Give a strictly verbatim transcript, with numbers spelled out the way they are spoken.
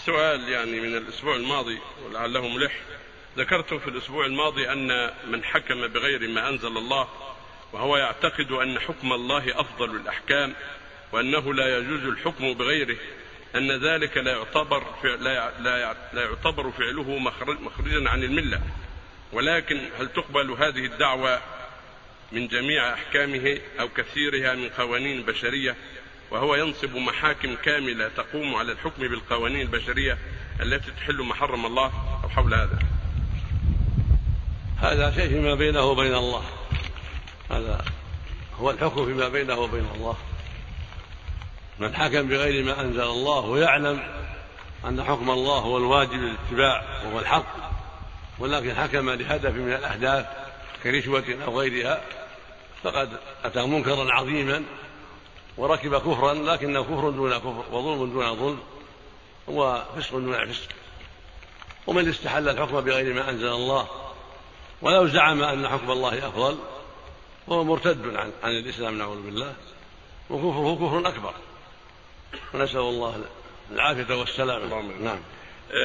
السؤال يعني من الأسبوع الماضي ولعله ملح. ذكرتم في الأسبوع الماضي أن من حكم بغير ما أنزل الله وهو يعتقد أن حكم الله أفضل الأحكام وأنه لا يجوز الحكم بغيره، أن ذلك لا يعتبر لا لا يعتبر فعله مخرجا عن الملة، ولكن هل تقبل هذه الدعوة من جميع أحكامه أو كثيرها من قوانين البشرية، وهو ينصب محاكم كاملة تقوم على الحكم بالقوانين البشرية التي تحل ما حرم الله، أو حول هذا؟ هذا شيء فيما بينه وبين الله، هذا هو الحكم فيما بينه وبين الله. من حكم بغير ما أنزل الله ويعلم أن حكم الله هو الواجب الاتباع وهو الحق، ولكن حكم لهدف من الأهداف كرشوة أو غيرها، فقد أتى منكرا عظيما وركب كفرا، لكنه كفر دون كفر وظلم دون ظلم وفسق دون فسق. ومن استحل الحكم بغير ما أنزل الله ولو زعم أن حكم الله أفضل فهو مرتد عن, عن الإسلام نعوذ بالله، وكفره كفر أكبر، ونسأل الله العافية والسلام. نعم.